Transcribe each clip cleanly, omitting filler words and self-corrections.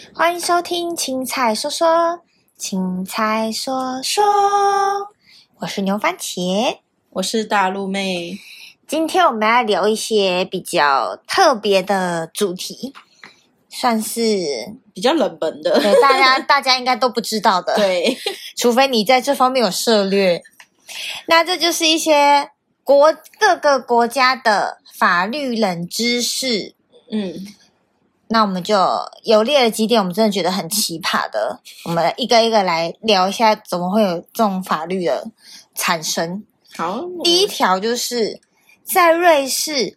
欢迎收听青菜说说，青菜说说，我是牛番茄， 我是大陆妹。 今天我们要聊一些比较特别的主题，算是比较冷门的， 对大家应该都不知道的， 对， 除非你在这方面有涉猎。那这就是一些各个国家的法律冷知识，那我们就有列了几点我们真的觉得很奇葩的，我们一个一个来聊一下怎么会有这种法律的产生。 好， 第一条就是在瑞士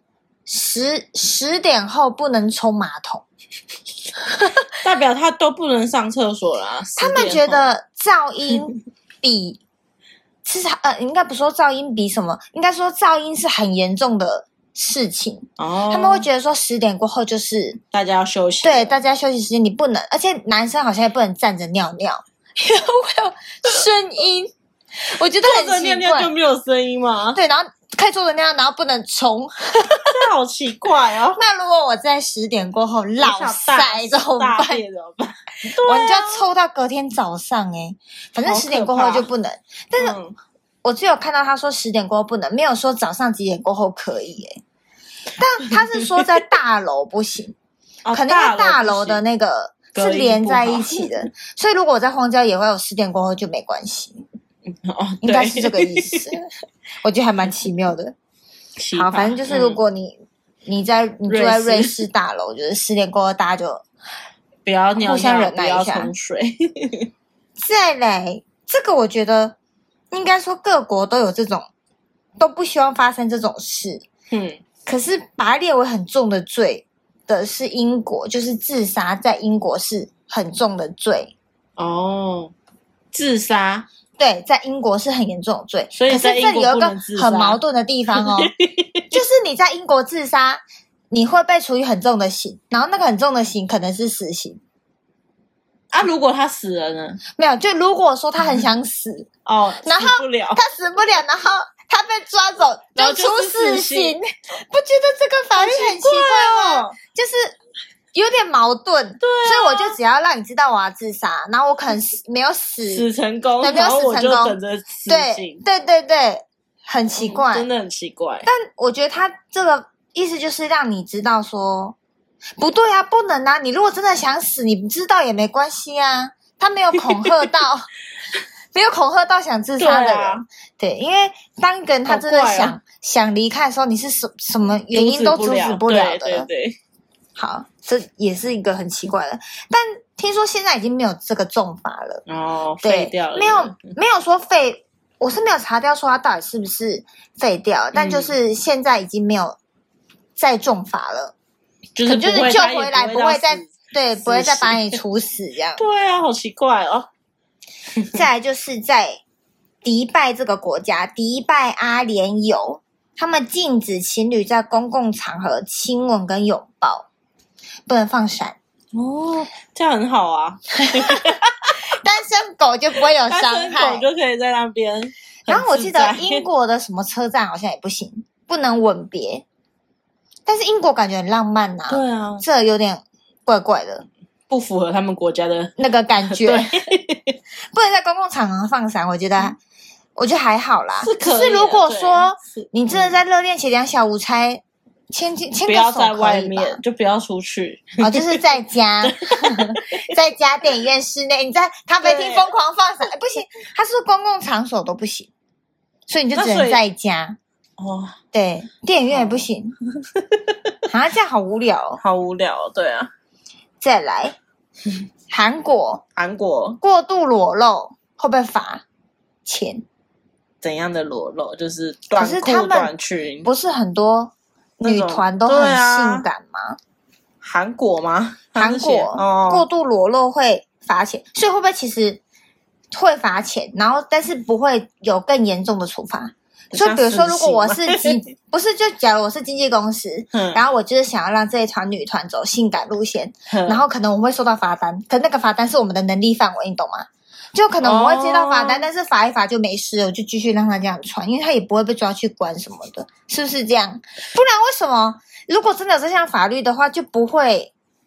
10点后不能冲马桶， 代表他都不能上厕所啦。 他们觉得噪音比应该不说噪音比什么，应该说噪音是很严重的事情。他们会觉得说10点过后就是大家要休息， 对，大家休息时间你不能，而且男生好像也不能站着尿尿，因为会有声音。我觉得很奇怪， 坐着尿尿就没有声音吗？ 对，然后可以坐着尿尿，然后不能冲， 这好奇怪哦。 那如果我在10点过后落塞怎么办？我就要抽到隔天早上反正10点过后就不能。但是我只有看到他说10点过后不能，没有说早上几点过后可以但他是说在大楼不行，可能因为大楼的那个是连在一起的，所以如果我在荒郊野外，我10点过后就没关系。应该是这个意思。我觉得还蛮奇妙的。好，反正就是如果你住在瑞士大楼，就是10点过后大家就不要尿尿， 互相忍耐一下， 不要冲水。 再来，这个我觉得应该说各国都有这种，都不希望发生这种事。可是把它列为很重的罪的是英国，就是自杀在英国是很重的罪。 自杀。 对，在英国是很严重的罪， 所以可是这里有一个很矛盾的地方就是你在英国自杀，你会被处以很重的刑，然后那个很重的刑可能是死刑。 如果他死了呢？ 没有，就如果说他很想死然后死不了， 他死不了，然后他被抓走就处死刑，不觉得这个法律很奇怪吗？就是有点矛盾，对所以我就只要让你知道我要自杀，然后我可能没有死成功， 对，没有死成功， 然后我就等着死刑。 对，很奇怪， 真的很奇怪。 但我觉得他这个意思就是让你知道说，不对啊，不能啊！你如果真的想死，你不知道也没关系啊。他没有恐吓到，没有恐吓到想自杀的人。对，因为当一个人他真的想离开的时候，你是什么原因都阻止不了的。对。好，这也是一个很奇怪的，但听说现在已经没有这个重罚了。 废掉了。 没有说废，我是没有查掉说它到底是不是废掉，但就是现在已经没有再重罚了，就是救回来不会再把你处死这样。 对啊，好奇怪哦。 再来就是在迪拜这个国家，迪拜阿联酋，他们禁止情侣在公共场合亲吻跟拥抱。不能放闪这样很好啊。 单身狗就不会有伤害， 单身狗就可以在那边。 然后我记得英国的什么车站好像也不行，不能吻别。但是英国感觉很浪漫啊， 对啊， 这有点怪怪的， 不符合他们国家的那个感觉。不能在公共场合放闪，我觉得还好啦。可是如果说你真的在热恋期两小无猜。牵个手不要在外面，就不要出去就是在家在家电影院室内，你在咖啡厅疯狂放闪不行，他说公共场所都不行，所以你就只能在家对，电影院也不行这样好无聊好无聊。对啊， 再来韩国过度裸露会不会罚钱？ 怎样的裸露？就是短裤短裙？ 不是很多女团都很性感吗？ 韩国吗？ 韩国过度裸露会罚钱，所以会不会其实会罚钱，然后但是不会有更严重的处罚？所以比如说，如果我是不是就假如我是经纪公司，然后我就是想要让这一团女团走性感路线，然后可能我们会收到罚单，可那个罚单是我们的能力范围，你懂吗？就可能我会接到罚单，但是罚一罚就没事了，我就继续让他这样穿，因为他也不会被抓去关什么的，是不是这样？不然为什么如果真的有这项法律的话，就不会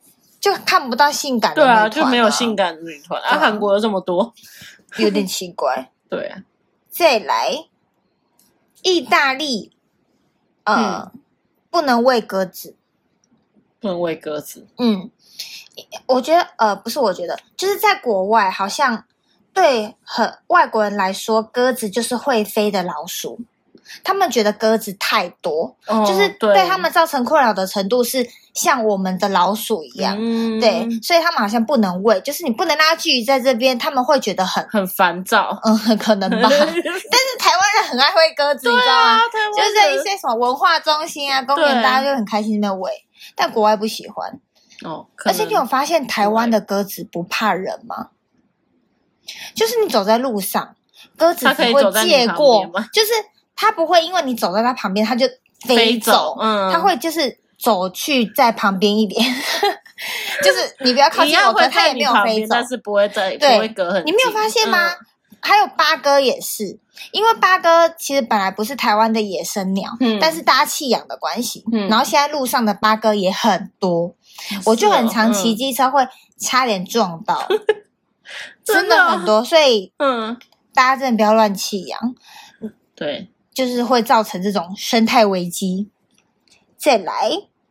就看不到性感的对女团啊，就没有性感的女团啊。韩国有这么多， 有点奇怪。 对啊， 再来，意大利，不能喂鸽子， 不能喂鸽子。 我觉得不是，我觉得就是在国外，好像对外国人来说，鸽子就是会飞的老鼠。他们觉得鸽子太多，就是对他们造成困扰的程度是像我们的老鼠一样，对，所以他们好像不能喂，就是你不能让它聚集在这边，他们会觉得很烦躁， 可能吧。但是台湾人很爱喂鸽子，你知道吗？就是在一些什么文化中心啊、公园，大家就很开心的喂，但国外不喜欢。而且你有发现台湾的鸽子不怕人吗？就是你走在路上，鸽子只会借过，就是它不会因为你走在它旁边，它就飞走，它会就是走去在旁边一点，就是你不要靠近我，可它也没有飞走， 但是不会隔很近。 你没有发现吗？还有八哥也是，因为八哥其实本来不是台湾的野生鸟，但是大家弃养的关系，然后现在路上的八哥也很多，我就很常骑机车会差点撞到，真的很多，所以大家真的不要乱弃养， 对， 就是会造成这种生态危机。再来，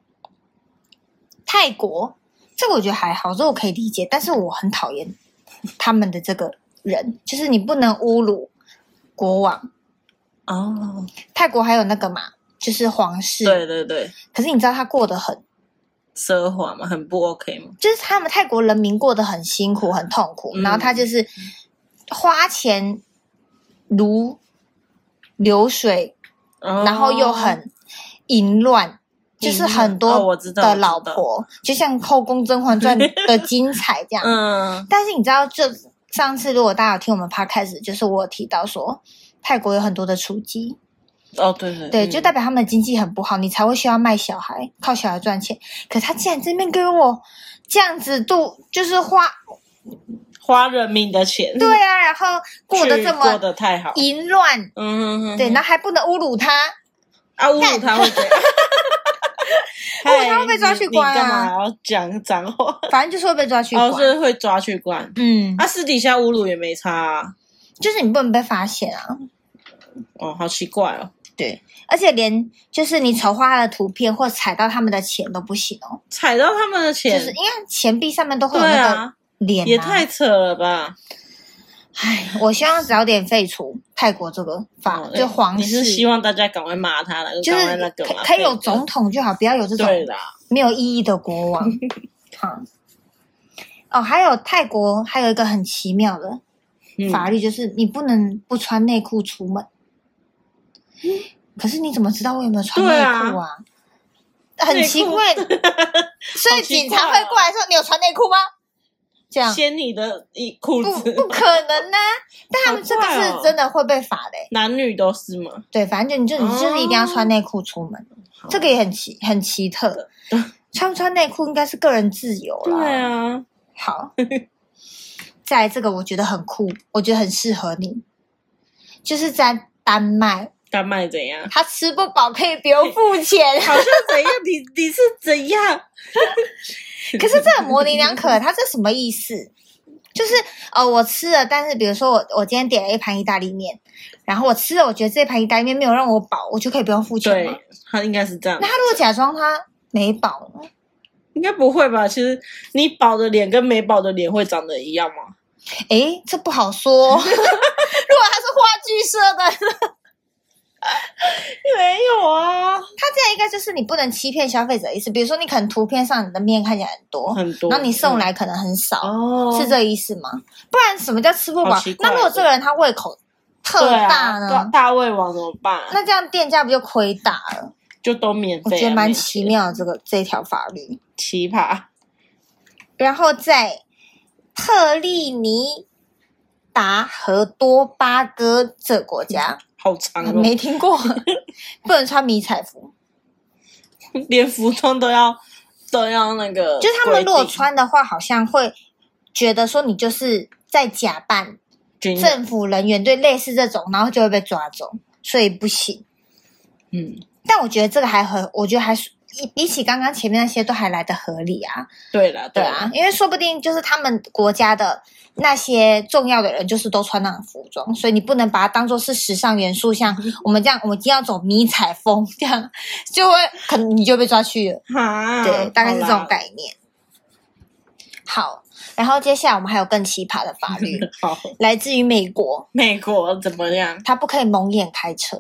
泰国这个我觉得还好，这我可以理解，但是我很讨厌他们的这个人，就是你不能侮辱国王哦。泰国还有那个嘛，就是皇室， 对对对。 可是你知道他过得很奢华吗？很不 OK 吗？ 就是他们泰国人民过得很辛苦、很痛苦，然后他就是花钱如流水，然后又很淫乱，就是很多的老婆，就像《后宫甄嬛传》的精彩这样。但是你知道，就上次如果大家有听我们 podcast， 就是我有提到说，泰国有很多的雏妓。对，就代表他们的经济很不好，你才会需要卖小孩，靠小孩赚钱。可是他竟然这边跟我这样子就是花人民的钱， 对啊，然后过得太好， 淫乱，对，然后还不能侮辱他侮辱他会怎样？ 侮辱他会被抓去关啊！ 你干嘛要讲脏话？ 反正就是会被抓去关， 是会抓去关。私底下侮辱也没差啊， 就是你不能被发现啊。 好奇怪哦。 对，而且连就是你丑化他的图片或踩到他们的钱都不行哦。 踩到他们的钱， 就是因为钱币上面都会有那个脸， 也太扯了吧！ 唉，我希望早点废除泰国这个法，就皇室。 你是希望大家赶快骂他了， 就是可以有总统就好，不要有这种没有意义的国王。还有泰国还有一个很奇妙的法律，就是你不能不穿内裤出门。可是你怎么知道我有没有穿内裤啊？很奇怪，所以警察会过来说：“你有穿内裤吗？”这样掀你的裤子， 不可能啊！但他们这个是真的会被罚的， 男女都是吗？对， 反正你就是一定要穿内裤出门，这个也很奇特。穿不穿内裤应该是个人自由啦。 对啊， 好，再来这个我觉得很酷，我觉得很适合你，就是在丹麦怎样？ 他吃不饱可以不用付钱， 好像怎样？你是怎样？ 可是这很模棱两可，它这什么意思？就是我吃了，但是比如说我今天点了一盘意大利面，然后我吃了，我觉得这盘意大利面没有让我饱，我就可以不用付钱吗？ 对，他应该是这样。 那他如果假装他没饱呢？ 应该不会吧？其实你饱的脸跟没饱的脸会长得一样吗？ 这不好说。如果他是话剧社的。 没有啊， 他这样一个就是你不能欺骗消费者的意思，比如说你可能图片上你的面看起来很多，然后你送来可能很少，是这意思吗？不然什么叫吃不饱？那如果这个人他胃口特大呢？ 大胃王怎么办？ 那这样店家不就亏大了？ 就都免费。 我觉得蛮奇妙的这条法律， 奇葩。 然后在特立尼达和多巴哥这国家。 好长没听过。不能穿迷彩服， 连服装都要那个， 就是他们如果穿的话好像会觉得说你就是在假扮政府人员，对，类似这种，然后就会被抓走，所以不行。但我觉得这个我觉得还比起刚刚前面那些都还来得合理啊。 对啦， 对啊，因为说不定就是他们国家的那些重要的人就是都穿那种服装，所以你不能把它当作是时尚元素，像我们这样，我们一定要走迷彩风，这样就会可能你就被抓去了。对，大概是这种概念。好，然后接下来我们还有更奇葩的法律， 好， 来自于美国。 美国怎么样？ 他不可以蒙眼开车。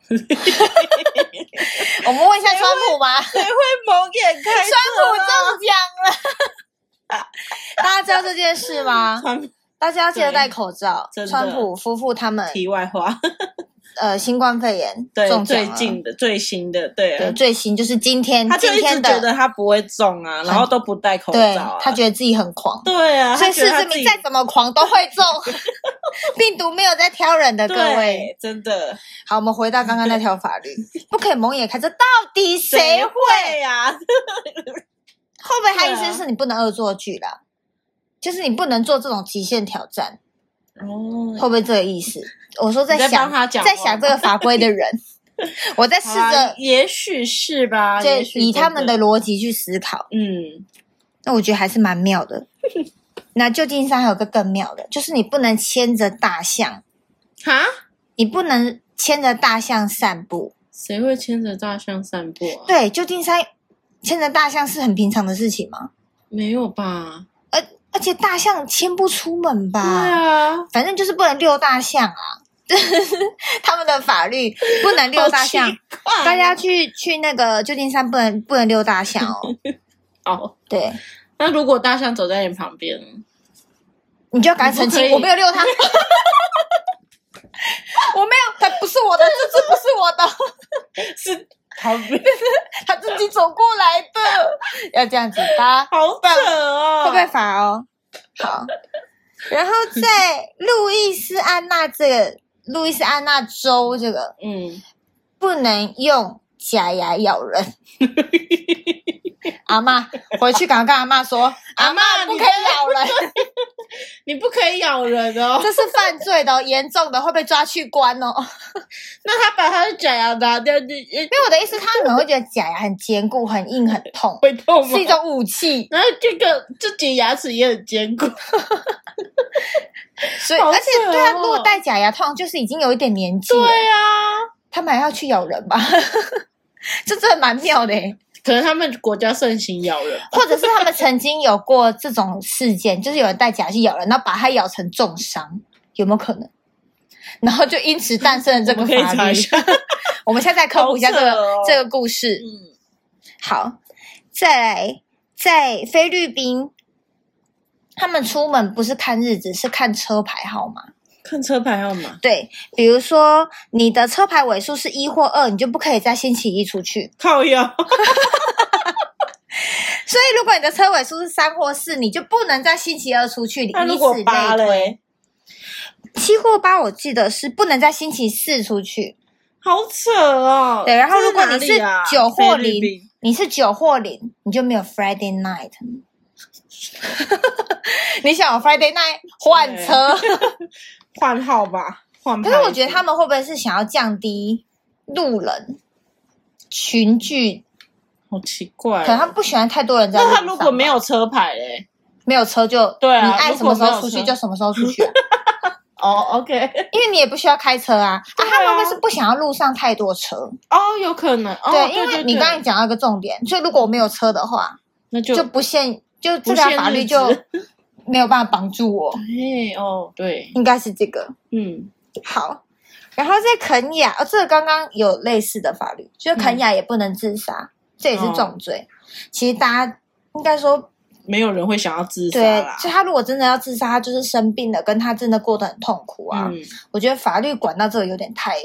我们问一下川普吧。 谁会蒙眼开车？ 川普中奖了。大家知道这件事吗？大家要记得戴口罩。川普夫妇他们。 题外话。 新冠肺炎中奖了。 最新的，对， 最新就是今天的。 他就一直觉得他不会中啊，然后都不戴口罩啊。 对，他觉得自己很狂。 对啊， 所以事实证明再怎么狂都会中。病毒没有在挑人的，各位， 真的。 好，我们回到刚刚那条法律，不可以蒙眼开车，到底谁会啊？ 会不会他意思是你不能恶作剧啦？就是你不能做这种极限挑战。 哦， 会不会这个意思？我说在想这个法规的人，我在试着， 也许是吧， 就以他们的逻辑去思考。那我觉得还是蛮妙的。那旧金山还有个更妙的，就是你不能牵着大象。 哈？ 你不能牵着大象散步。 谁会牵着大象散步啊？ 对，旧金山牵着大象是很平常的事情吗？ 没有吧。 而且大象牵不出门吧？ 对啊， 反正就是不能遛大象啊。他们的法律不能遛大象，大家去那个旧金山不能遛大象哦。 好， 对。 那如果大象走在你旁边， 你就要赶快澄清，我没有遛它。我没有，它不是我的，这只不是我的， 是旁边， 他自己走过来的。要这样子吧？ 好扯哦， 会被罚哦。好，然后在路易斯安那州这个，不能用假牙咬人。阿嬷回去赶快跟阿嬷说，阿嬷不可以咬人。 你不可以咬人哦， 这是犯罪的哦，严重的会被抓去关哦。 那他把他的假牙拿掉，因为我的意思，他可能会觉得假牙很坚固、很硬、很痛， 会痛吗？ 是一种武器。 然后自己牙齿也很坚固。 所以，而且对啊，如果戴假牙，通常就是已经有一点年纪了。 对啊， 他们还要去咬人吧？这真的蛮妙的耶。 可能他们国家盛行咬人， 或者是他们曾经有过这种事件，就是有人戴假牙去咬人，然后把他咬成重伤，有没有可能？然后就因此诞生了这个法律。我们现在科普一下这个故事。好，再来，在菲律宾，他们出门不是看日子，是看车牌号码。 看车牌号码？ 对，比如说你的车牌尾数是1或2，你就不可以在星期一出去。 靠腰。 所以如果你的车尾数是3或4，你就不能在星期二出去。 那如果8嘞 ？7或8我记得是不能在星期4出去。 好扯哦。 对，然后如果你是9或0，你是9或0，你就没有 Friday night。你想有 Friday night 换车换号吧，换牌。 可是我觉得他们会不会是想要降低路人群聚？ 好奇怪， 可能他不喜欢太多人在路上。 那他如果没有车牌嘞？ 没有车就对啊， 你爱什么时候出去就什么时候出去。 哦，OK， 因为你也不需要开车啊。他们会不会是不想要路上太多车？ 哦，有可能。 对，因为你刚才讲到一个重点，所以如果我没有车的话， 那就不限，就这条法律就没有办法帮助我。 对， 应该是这个。好。然后在肯亚，这个刚刚有类似的法律，就是肯亚也不能自杀，这也是重罪。其实大家应该说， 没有人会想要自杀啦。 对，就他如果真的要自杀，他就是生病了，跟他真的过得很痛苦啊。我觉得法律管到这个有点太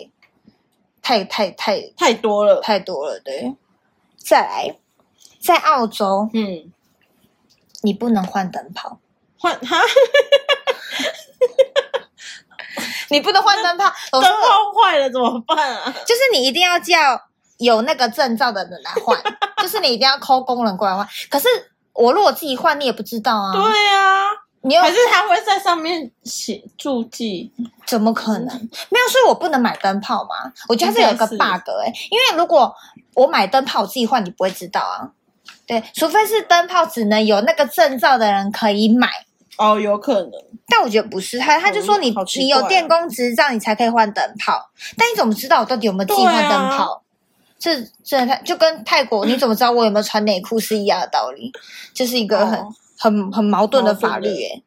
多了， 太多了。对，再来，在澳洲，你不能换灯泡，你不能换灯泡， 灯泡坏了怎么办啊？ 就是你一定要叫有那个证照的人来换，就是你一定要call工人过来换。可是我如果自己换，你也不知道啊。 对啊， 还是他会在上面写注记？ 怎么可能？没有，所以我不能买灯泡嘛。我觉得这有一个 bug 因为如果我买灯泡我自己换，你不会知道啊。对，除非是灯泡只能有那个证照的人可以买。 哦，有可能。 但我觉得不是，他就说你有电工执照，你才可以换灯泡。但你怎么知道我到底有没有自己换灯泡？这就跟泰国你怎么知道我有没有穿内裤是一样的道理，就是一个很矛盾的法律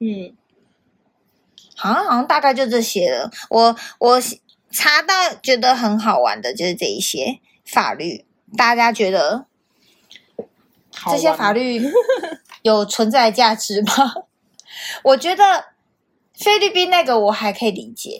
好像大概就这些了。我查到觉得很好玩的就是这一些法律，大家觉得这些法律有存在的价值吗？我觉得菲律宾那个我还可以理解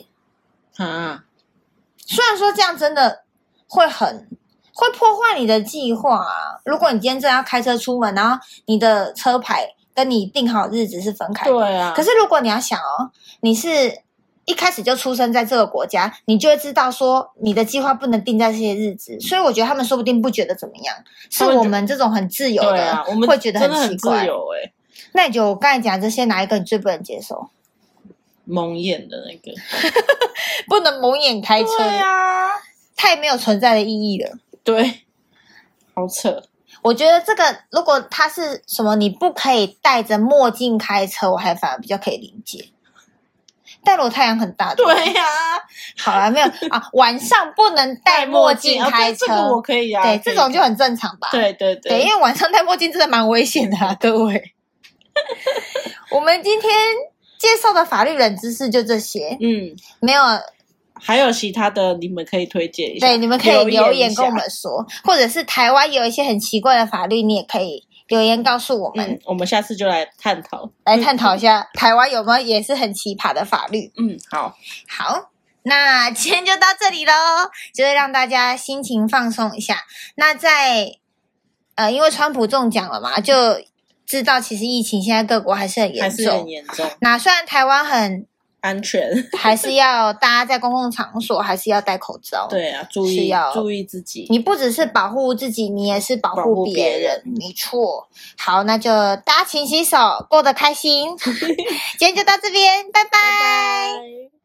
虽然说这样真的会破坏你的计划啊。如果你今天真的要开车出门，然后你的车牌跟你定好日子是分开的， 对啊。 可是如果你要想你是一开始就出生在这个国家，你就会知道说你的计划不能定在这些日子，所以我觉得他们说不定不觉得怎么样，是我们这种很自由的我们会觉得很奇怪。 真的很自由那你觉得我刚才讲这些哪一个你最不能接受？ 蒙眼的那个不能蒙眼开车， 对啊， 太没有存在的意义了。 对，好扯。 我觉得这个如果它是什么你不可以戴着墨镜开车，我还反而比较可以理解。但如果太阳很大， 对啊， 好啦，没有晚上不能戴墨镜开车， 这个我可以啊。 对，这种就很正常吧。 对， 因为晚上戴墨镜真的蛮危险的各位。我们今天介绍的法律冷知识就这些，没有。 还有其他的你们可以推荐一下， 对，你们可以留言跟我们说，或者是台湾有一些很奇怪的法律，你也可以留言告诉我们， 我们下次就来探讨一下台湾有没有也是很奇葩的法律。好，那今天就到这里咯，就是让大家心情放松一下。那因为川普中奖了嘛，就知道其实疫情现在各国还是很严重。那虽然台湾很安全， 还是要大家在公共场所还是要戴口罩。 对啊，注意自己。你不只是保护自己，你也是保护别人。没错。好，那就大家勤洗手，过得开心。今天就到这边，拜拜。